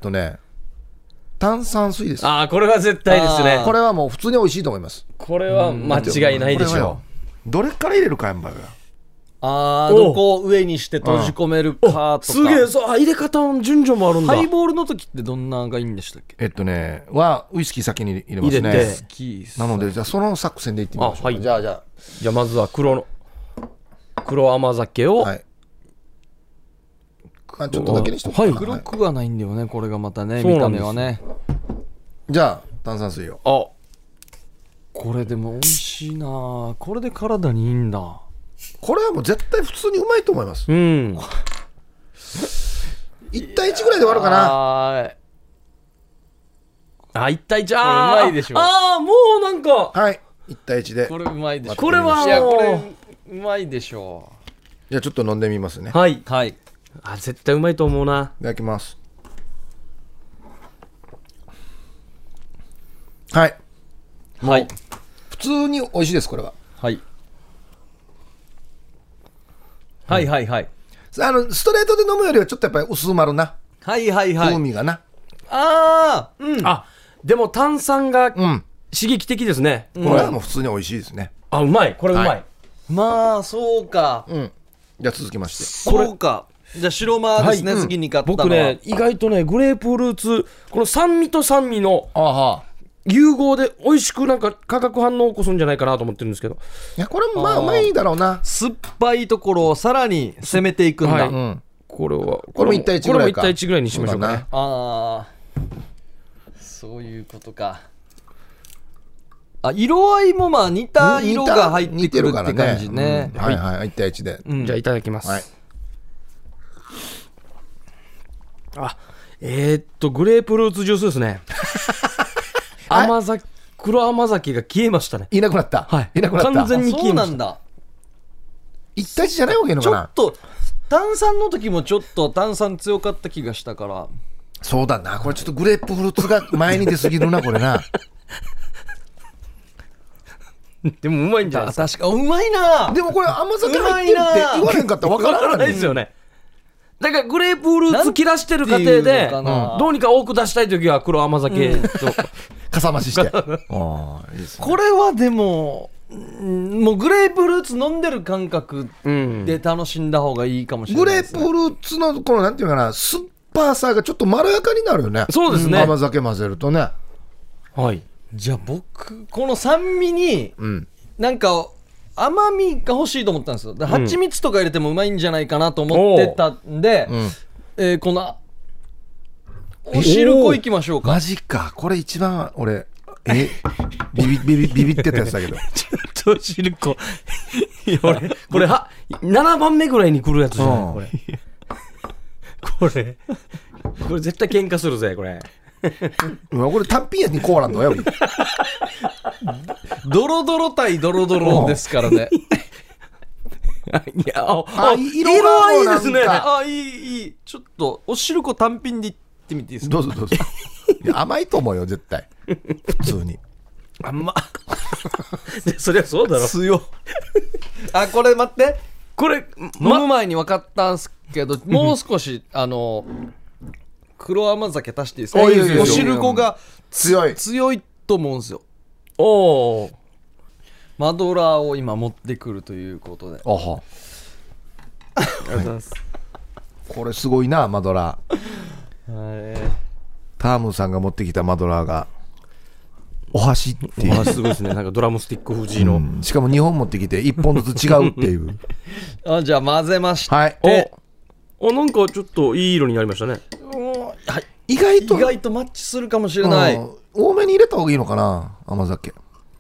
炭酸水です。 これは絶対ですね。 これはもう普通に美味しいと思います。 これは間違いないでしょう。どれから入れるかやんばよ。 どこを上にして閉じ込めるかとか、 すげえ、入れ方の順序もあるんだ。 ハイボールの時ってどんなのがいいんでしたっけ？ ウイスキー先に入れますね。 入れてなのでじゃあその作戦でいってみましょう。 はい。 じゃあまずは黒甘酒を、 はい、ちょっとだけにしとくか。 はい、 黒くはないんだよね、これがまたね、見たそうなんです目はね。 じゃあ炭酸水を。 これでも美味しいな。これで体にいいんだ。 これはもう絶対普通にうまいと思います。 1 対1ぐらいで終わるかな。 1対1。 これうまいでしょ。 もうなんか、 はい、1対1で。 これうまいでしょ。 これはこれうまいでしょじゃあちょっと飲んでみますね。 はい。絶対うまいと思うな。 いただきます。はい、普通に美味しいです。これははいストレートで飲むよりはちょっとやっぱり薄まるな、風味がな。 でも炭酸が刺激的ですね。 これはもう普通に美味しいですね。 うまい。これうまい。 まあそうか。 じゃあ続きまして、 そうか。じゃあ白間ですね、次に買ったのは。 僕ね、意外とね、グレープフルーツ、この酸味と酸味の融合で美味しくなんか化学反応を起こすんじゃないかなと思ってるんですけど。 いや、これもまあうまいだろうな。 酸っぱいところをさらに攻めていくんだ。 これも 1対1ぐらいか。 これも1対1ぐらいにしましょうかね。 そういうことか。色合いもまあ似た色が入ってくるって感じね。 1対1で。 じゃあいただきます。グレープフルーツジュースですね。黒甘酒が消えましたね。 いなくなった。 いなくなった。完全に消えました。 そうなんだ。 1対1じゃないわけのかな。 ちょっと炭酸の時もちょっと炭酸強かった気がしたから。 そうだな。これちょっとグレープフルーツが前に出すぎるな、これな。 でもうまいんじゃないですか。 確かうまいな。 でもこれ甘酒入ってるって言わへんかったら分からないですよね。だからグレープフルーツ切らしてる過程でどうにか多く出したいときは黒甘酒とかさ増ししてこれはでももうグレープフルーツ飲んでる感覚で楽しんだ方がいいかもしれないですね。 グレープフルーツのこのなんていうかな、酸っぱさがちょっとまろやかになるよね。 そうですね。 甘酒混ぜるとね。 じゃあ僕この酸味になんか甘みが欲しいと思ったんですよ。蜂蜜とか入れてもうまいんじゃないかなと思ってたんで、このお汁粉いきましょうか。 マジか。これ一番俺ビビってたやつだけど。 ちょっと汁粉。これ7番目ぐらいに来るやつじゃないこれ。これ絶対喧嘩するぜこれ。 これ単品やにコーランドやり。 ドロドロ対ドロドロですからね。 いや、色がいいですね。 いい。ちょっとお汁粉単品でいってみていいですか。 どうぞ。いや甘いと思うよ絶対。普通に。 甘っ。 そりゃそうだろ。 強。これ待って。 これ飲む前に分かったんですけど、もう少し黒甘酒足していいですか。お汁粉が強いと思うんですよ。マドラーを今持ってくるということで。 これすごいな、マドラー。タームさんが持ってきたマドラーがお箸っていう。 すごいですね。なんかドラムスティック風の、 しかも2本持ってきて1本ずつ違うっていう。 じゃあ混ぜまして、 なんかちょっといい色になりましたね。 意外とマッチするかもしれない。 多めに入れた方がいいのかな、甘酒。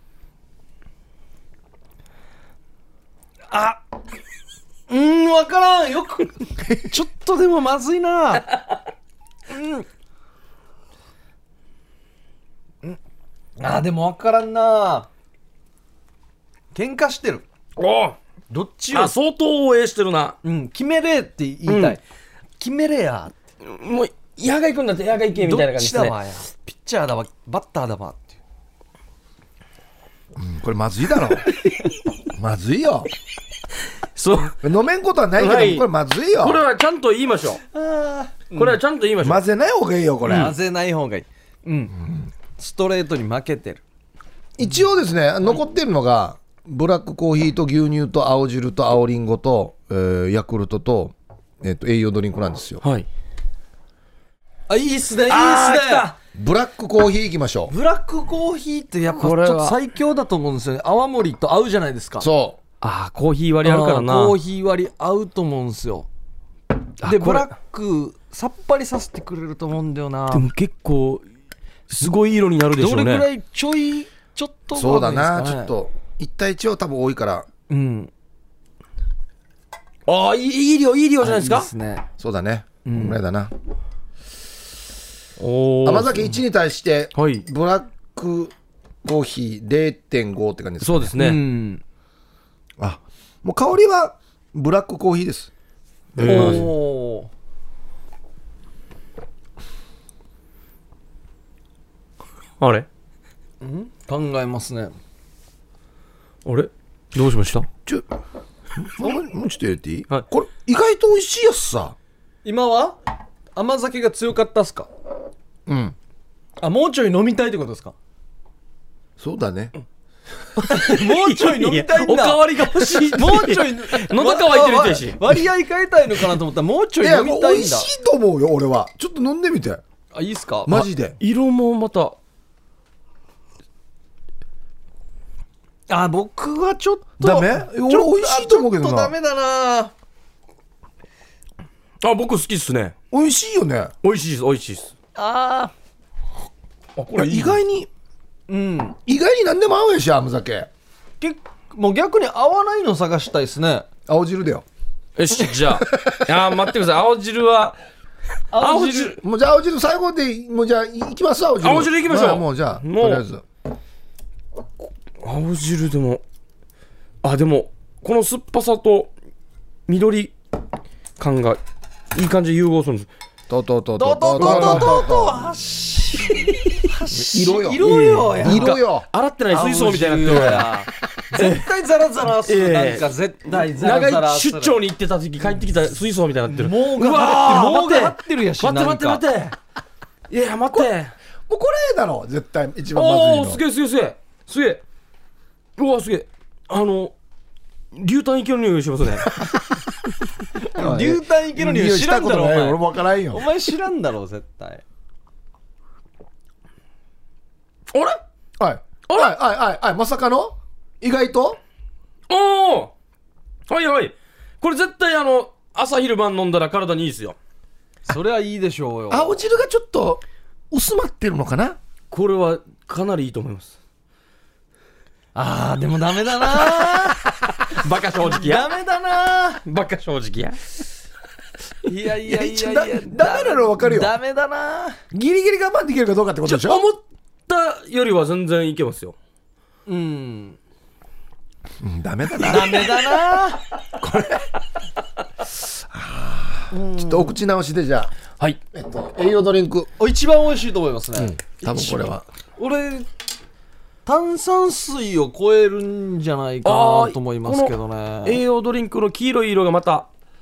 分からんよくちょっとでもまずいな。でも分からんな。喧嘩してる。どっちを相当応援してるな。 決めれって言いたい。決めれや。 もう矢が行くんだって矢が行けみたいな感じですね。 どっちだわや。ピッチャーだわバッターだわっていう。 これまずいだろ。まずいよ。 飲めんことはないけど、これまずいよ。 これはちゃんと言いましょう。これはちゃんと言いましょう。 混ぜない方がいいよこれ。 混ぜない方がいい。ストレートに負けてる。 一応ですね、残ってるのがブラックコーヒーと牛乳と青汁と青リンゴと、ヤクルトと、栄養ドリンクなんですよ。 はい。 あ、いいっすね、いいっすね。 ブラックコーヒーいきましょう。 ブラックコーヒーってやっぱちょっと最強だと思うんですよね。泡盛と合うじゃないですか。 そう。 コーヒー割りあるからな。 コーヒー割り合うと思うんですよ。でブラックさっぱりさせてくれると思うんだよな。 でも結構すごい色になるでしょうね。 どれくらいちょっと、ね、 そうだな、ちょっと1対1は多分多いから。 うん。 いい量じゃないですか。 いいですね。 そうだね。こんぐらいだな。 甘酒1に対して、 はい、 ブラックコーヒー 0.5 って感じですかね。 そうですね。 もう香りはブラックコーヒーです。 あれ、 考えますね。 あれどうしました？ もうちょっと入れていい？ はい、 これ意外と美味しいやつさ。 今は甘酒が強かったっすか？ うん。 もうちょい飲みたいってことですか？ そうだね。 もうちょい飲みたいんだ。 おかわりが欲しい。もうちょい喉乾いてる人やし。 割合変えたいのかなと思ったらもうちょい飲みたいんだ。 美味しいと思うよ俺は。ちょっと飲んでみて。 いいっすか？ マジで。 色もまた。 僕はちょっとダメ？俺美味しいと思うけどな。 ちょっとダメだな。 僕好きっすね。 美味しいよね。 美味しいです。 これ意外に、意外に何でも合うやし、甘酒。 もう逆に合わないの探したいですね。 青汁だよ。 よし、じゃあ待ってください。青汁はもうじゃあ青汁最後でもうじゃあ行きます。青汁行きましょう。 もうじゃあとりあえず青汁でもでもこの酸っぱさと緑感がいい感じで融合するんです。 色よ。 洗ってない水槽みたいになってるから絶対ザラザラする。なんか絶対ザラザラする。 長い出張に行ってた時帰ってきた水槽みたいになってる。 もうが張ってるやし。 待っていや待って、 もうこれだろ絶対一番まずいの。 すげえうわすげえ流体池の匂いしますね。 流体池の匂い知らんだろ。 俺も分からんよ。 お前知らんだろ絶対。 はいまさかの意外とはいこれ絶対朝昼晩飲んだら体にいいですよ。 それはいいでしょうよ。 青汁がちょっと薄まってるのかな。 これはかなりいいと思います。 でもダメだな。 バカ正直や。 ダメだな。 バカ正直や。 いやダメなの分かるよ。 ダメだな。 ギリギリ我慢できるかどうかってことでしょ。 思ったよりは全然いけますよ。 ダメだな。これちょっとお口直しでじゃあ、 はい、 栄養ドリンク一番美味しいと思いますね。 多分これは俺炭酸水を超えるんじゃないかなと思いますけどね。 栄養ドリンクの黄色い色がまた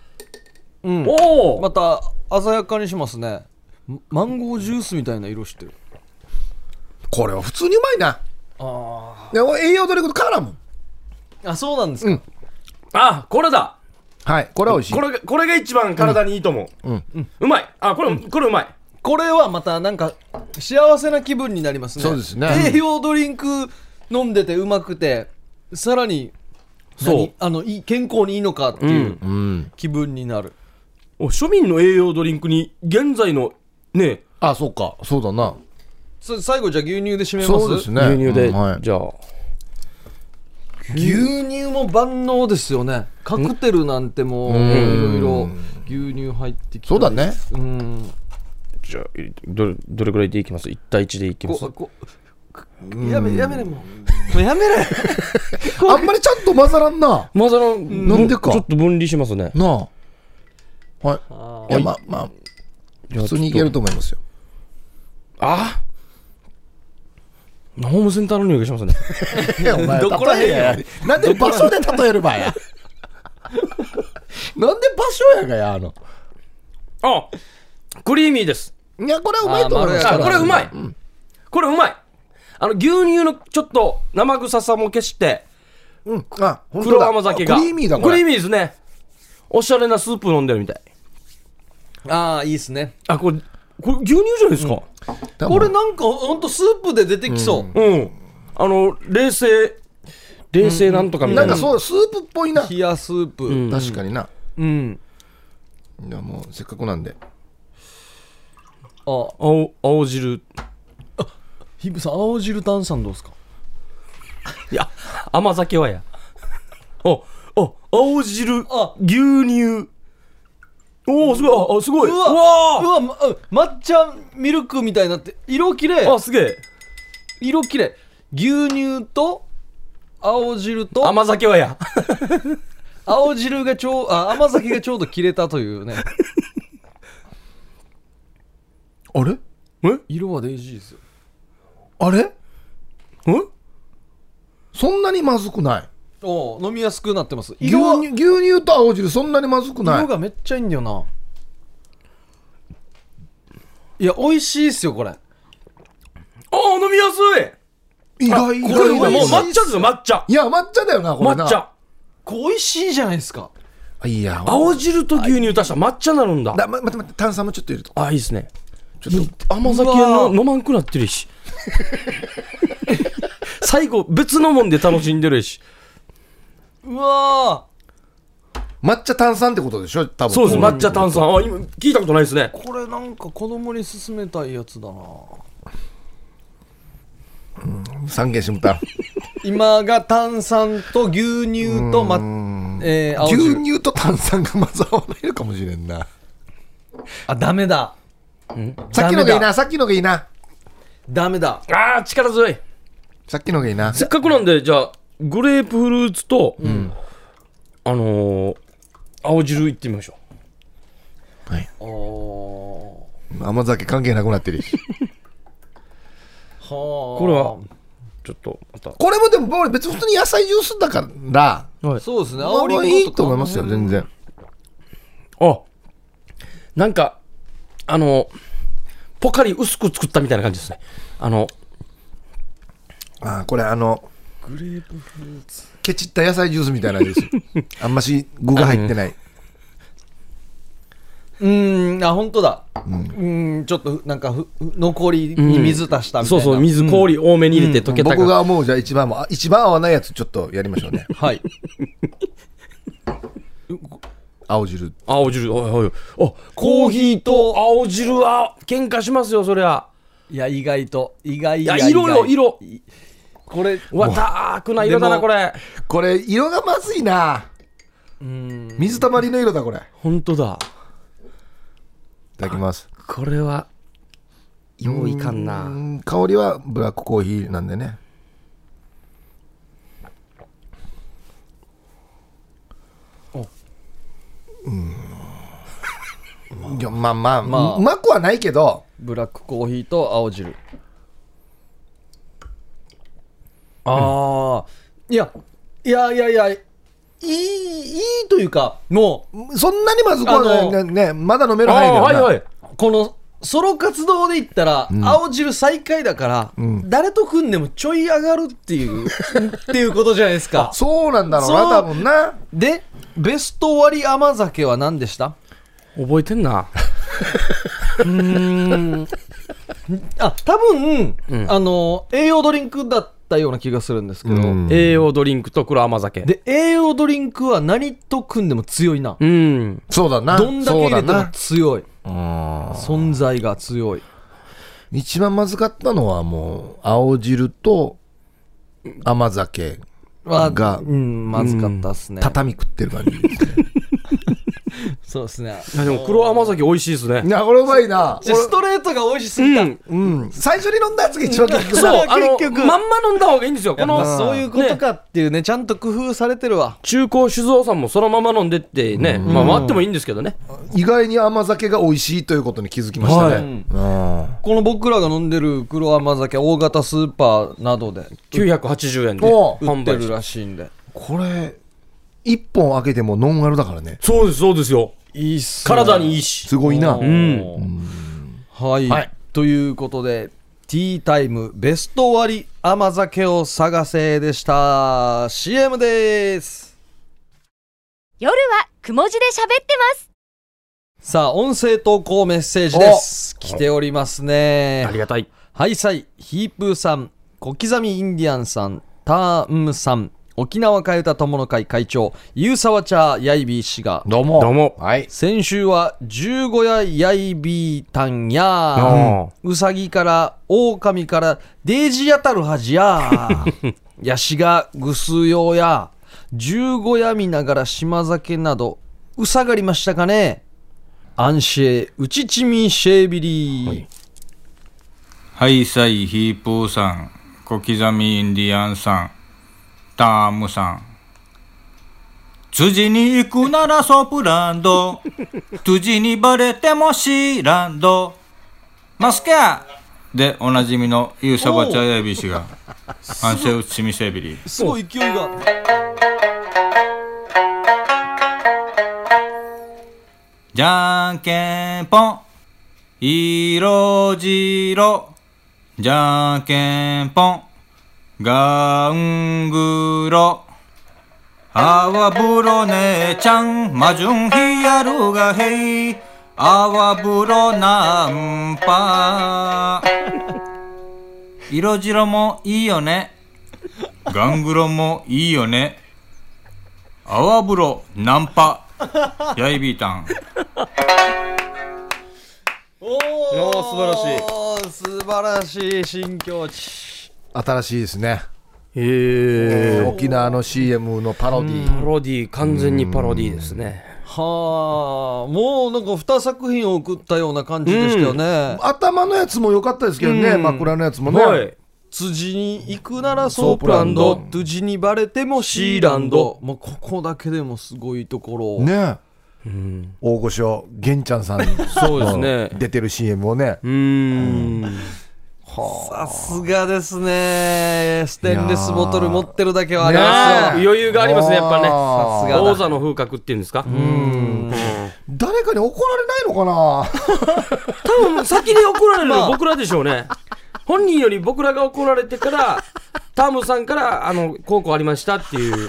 また鮮やかにしますね。マンゴージュースみたいな色してる。 これは普通にうまいな。栄養ドリンクと変わらんもん。 そうなんですか。 これだ。 はい、これは美味しい。 これが一番体にいいと思う。うまい。これうまい。 これはまたなんか幸せな気分になりますね。 そうですね。 栄養ドリンク飲んでてうまくて、さらに健康にいいのかっていう気分になる。 庶民の栄養ドリンクに現在のね。 そうか、そうだな。 最後じゃあ牛乳で締めます。 そうですね。 牛乳で、じゃあ牛乳も万能ですよね。カクテルなんてもういろいろ牛乳入ってきて。 そうだね。 じゃあどれくらいでいきます？1対1でいきます。 やめれもうやめれ。 あんまりちゃんと混ざらんな。 なんでか。ちょっと分離しますね。 なあ。いやまあ普通にいけると思いますよ。 ホームセンターの匂いがしますね。 お前どこらへんや。なんで場所で例えるばや。なんで場所やがやクリーミーです。 いやこれはうまいと思います。 これうまい。これうまい。牛乳のちょっと生臭さも消してあ、本当黒だ。 甘酒がクリーミーだこれ。 クリーミーですね。おしゃれなスープ飲んでるみたい。 ああ、いいっすね。 あ、これ牛乳じゃないですか。 これなんかほんとスープで出てきそう。 うん。冷製なんとかみたな。 ないんかそう、スープっぽいな。 冷やスープ。 確かにな。 うん。 いや、もうせっかくなんで。 青汁。 ヒブさん、青汁炭酸どうですか？ いや、甘酒はや。青汁、牛乳。おお、すごい。すごい。 うわ抹茶ミルクみたいになって、色きれい。 すげえ。 色きれい。牛乳と青汁と甘酒はや。 青汁が甘酒がちょうど切れたというね。 あれ色はデイジーですよ。 あれそんなにまずくない。 飲みやすくなってます。 牛乳と青汁そんなにまずくない。 色がめっちゃいいんだよな。いや、美味しいっすよこれ。 飲みやすい。 意外これもう抹茶ですよ、抹茶。 いや、抹茶だよな、これな。 抹茶。 美味しいじゃないですか。 いや、 青汁と牛乳足したら抹茶になるんだ。 待って、炭酸もちょっと入れると。 いいですね。ちょっと甘酒飲まんくなってるし。最後別のもんで楽しんでるし。 うわ抹茶炭酸ってことでしょ、多分。 そうです、抹茶炭酸。今聞いたことないですね。 これなんか子供に勧めたいやつだな。 三軒下田。 今が炭酸と牛乳と青汁。 牛乳と炭酸が混ざらないのかもしれんな。 ダメだ。 さっきのがいいな、さっきのがいいな。 ダメだ。 力強い。 さっきのがいいな。 せっかくなんで、じゃあグレープフルーツと、青汁いってみましょう。はい。甘酒関係なくなってるし。 これはちょっとまた。 これもでも別に普通に野菜ジュースだから、 そうですね。 青りいいと思いますよ、全然。 なんかポカリ薄く作ったみたいな感じですね。 これグレープフルーツケチった野菜ジュースみたいな味ですあんまし具が入ってない。 本当だ。ちょっとなんか残りに水足したみたいな。 そう水氷多めに入れて溶けた。 僕が思うじゃあ一番合わないやつちょっとやりましょうね。 はい。 青汁。 コーヒーと青汁は喧嘩しますよ、そりゃ。 いや、意外と色これダークな色だな、これ色がまずいな。水たまりの色だ、これ。 本当だ。 いただきます。 これはよういかんな。 香りはブラックコーヒーなんでね。いや、まあうまくはないけど。 ブラックコーヒーと青汁。いいというか、もうそんなにまずくはないね。まだ飲める範囲だよな。 このソロ活動で言ったら、青汁最下位だから、誰と組んでもちょい上がるっていうことじゃないですか。 そうなんだろうな、多分な。 で、ベスト割り甘酒は何でした？ 覚えてんな。 多分、栄養ドリンクだったような気がするんですけど、 栄養ドリンクと黒甘酒で、栄養ドリンクは何と組んでも強いな。 そうだな。 どんだけ入れても強い。存在が強い。 一番まずかったのはもう青汁と甘酒がまずかったっすね。 畳食ってる感じですね。 そうですね。 でも黒甘酒美味しいですね。 いや、これうまいな。 ストレートが美味しすぎた。 最初に飲んだやつが一番結局。 そう、まんま飲んだ方がいいんですよ。 そういうことかっていうね、ちゃんと工夫されてるわ。 中高酒造さんもそのまま飲んでってね、回ってもいいんですけどね。 意外に甘酒が美味しいということに気づきましたね。 この僕らが飲んでる黒甘酒、大型スーパーなどで 980円で売ってるらしいんで。 これ1本開けてもノンアルだからね。 そうですよ。 いいっすね。 体にいいし。 すごいな。 はい。ということで、 ティータイムベスト割甘酒を探せでした。 CM です。 夜はくも字で喋ってます。 さあ音声投稿メッセージです。来ておりますね。 ありがたい。 ハイサイヒープーさん、小刻みインディアンさん、ターンムさん、沖縄替え歌友の会会長ゆうさわちゃやいびー氏がどうもどうも、 はい、 先週は十五夜やいびーたんや、うさぎから狼からデージやたるはじややしがぐすようや十五夜見ながら島酒などうさがりましたかね。アンシェウチチミシェービリー、はい、 ハイサイヒープーさん、小刻みインディアンさん、タームさん、辻に行くならソプランド辻にバレてもシーランドマスケアでおなじみのユーサバチャヤビシがアンセウチミセビリ、 すごい勢いが。 じゃんけんぽん色白、じゃんけんぽんガングロ、あわぶろ姉ちゃんまじゅんひやるがへい、あわぶろナンパ色白もいいよね、ガングロもいいよね、あわぶろナンパやいびーたん。 おー素晴らしい、素晴らしい新境地。 新しいですね。 沖縄の CM のパロディ、 パロディ、完全にパロディですね。 はあ、もうなんか2作品を送ったような感じでしたよね。 頭のやつも良かったですけどね、枕のやつもね、 はい、辻に行くならソープランド、辻にバレてもシーランド、もうここだけでもすごいところね。大御所玄ちゃんさんそうですね、 出てる CM をね。 さすがですね。ステンレスボトル持ってるだけはありますよ。 余裕がありますね、やっぱね。 さすが王座の風格っていうんですか。 誰かに怒られないのかな多分先に怒られるのは僕らでしょうね。本人より僕らが怒られてからタームさんからこうありましたっていう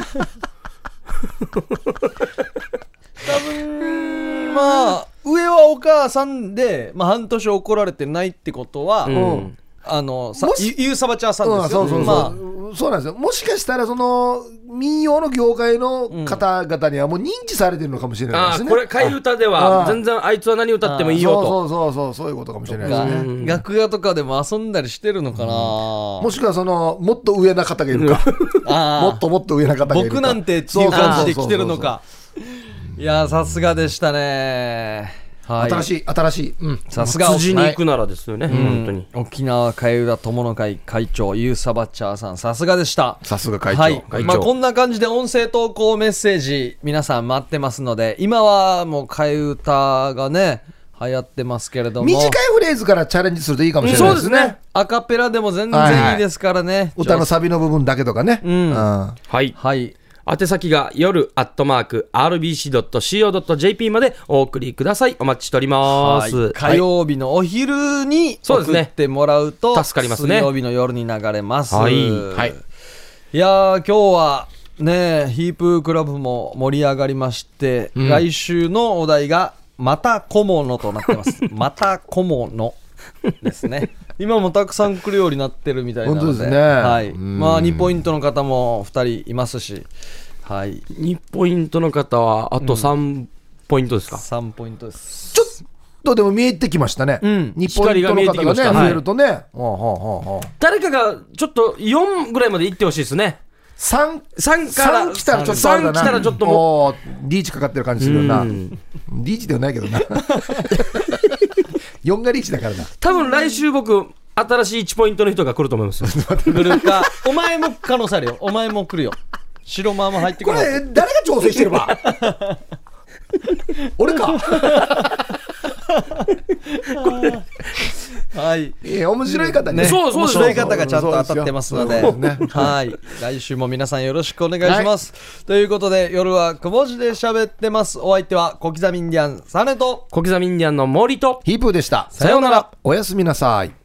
多分まあ上はお母さんで、まあ、半年怒られてないってことは、ゆうさばちゃんさんですよ。 そうなんですよ。もしかしたらその民謡の業界の方々にはもう認知されてるのかもしれないですね。 これ替え歌では全然あいつは何歌ってもいいよと。そういうことかもしれないですね。 楽屋とかでも遊んだりしてるのかな。 もしくはそのもっと上な方がいるかもっと上な方がいるか、 僕なんてっていう感じで来てるのか。いやさすがでしたね。はい、 新しい、 さすが辻に行くならですよね、本当に。 沖縄替え歌友の会会長ユーサバッチャーさん、さすがでした。 さすが会長、 はい、こんな感じで音声投稿メッセージ皆さん待ってますので、今はもう替え歌がね流行ってますけれども、 短いフレーズからチャレンジするといいかもしれないですね。 そうですね、 アカペラでも全然いいですからね、 歌のサビの部分だけとかね。 はいはい。宛先が夜@rbc.co.jp までお送りください。お待ちしております。 火曜日のお昼に送ってもらうと助かりますね。 水曜日の夜に流れます。 はい、 いや今日はねヒープークラブも盛り上がりまして、来週のお題がまた小物となってますまた小物ですね。今もたくさん来るようになってるみたいなので、 本当ですね。 はい、まあ2ポイントの方も2人いますし、はい、 2ポイントの方はあと3ポイントですか。 3ポイントです。 ちょっとでも見えてきましたね。2ポイントの方がね増えるとね、 誰かがちょっと4ぐらいまで行ってほしいですね。3 来たらちょっとあれだな。 3来たらちょっともうリーチかかってる感じするよな。リーチではないけどな4がリーチだからな。 多分来週僕新しい1ポイントの人が来ると思いますよ。 来るかお前も可能性あるよ。お前も来るよ。白間も入ってくる。 これ誰が調整してるば俺かはい、 面白い方ね。 面白い方がちゃんと当たってますので、はい、来週も皆さんよろしくお願いします。ということで夜はくも字で喋ってます。お相手は小刻みインディアンサネと小刻みインディアンの森とヒープーでした。 さようなら。 おやすみなさい。